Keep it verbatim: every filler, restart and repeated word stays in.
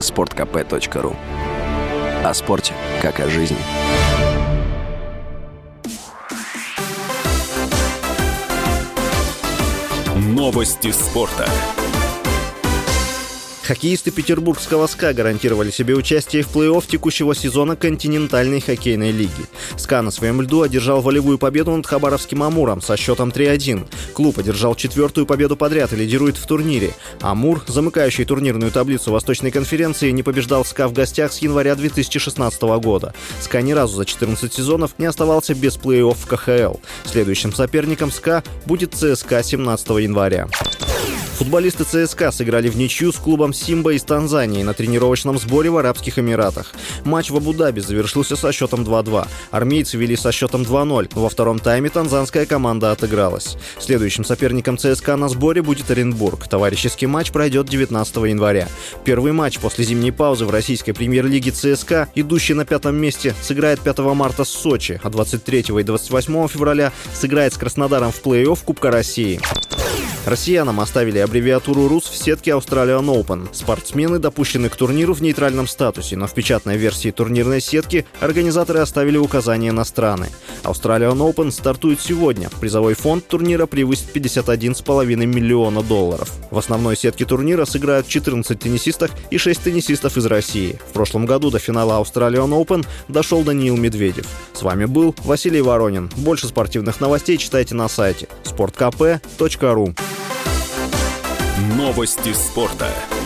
спорт ка пэ точка ру. О спорте, как о жизни. Новости спорта. Хоккеисты петербургского СКА гарантировали себе участие в плей-офф текущего сезона континентальной хоккейной лиги. СКА на своем льду одержал волевую победу над хабаровским «Амуром» со счетом три один. Клуб одержал четвертую победу подряд и лидирует в турнире. «Амур», замыкающий турнирную таблицу Восточной конференции, не побеждал СКА в гостях с января две тысячи шестнадцатого года. СКА ни разу за четырнадцать сезонов не оставался без плей-офф в ка ха эл. Следующим соперником СКА будет ЦСКА семнадцатого января. Футболисты ЦСКА сыграли в ничью с клубом «Симба» из Танзании на тренировочном сборе в Арабских Эмиратах. Матч в Абу-Даби завершился со счетом два-два. Армейцы вели со счетом два-ноль, но во втором тайме танзанская команда отыгралась. Следующим соперником ЦСКА на сборе будет Оренбург. Товарищеский матч пройдет девятнадцатого января. Первый матч после зимней паузы в российской премьер-лиге ЦСКА, идущий на пятом месте, сыграет пятого марта с Сочи, а двадцать третьего и двадцать восьмого февраля сыграет с Краснодаром в плей-офф Кубка России. Россиянам оставили аббревиатуру РУС в сетке Australian Open. Спортсмены допущены к турниру в нейтральном статусе, но в печатной версии турнирной сетки организаторы оставили указания на страны. Australian Open стартует сегодня. Призовой фонд турнира превысит пятьдесят один целых пять десятых миллиона долларов. В основной сетке турнира сыграют четырнадцать теннисисток и шесть теннисистов из России. В прошлом году до финала Australian Open дошел Даниил Медведев. С вами был Василий Воронин. Больше спортивных новостей читайте на сайте спорт ка пэ точка ру. Новости спорта.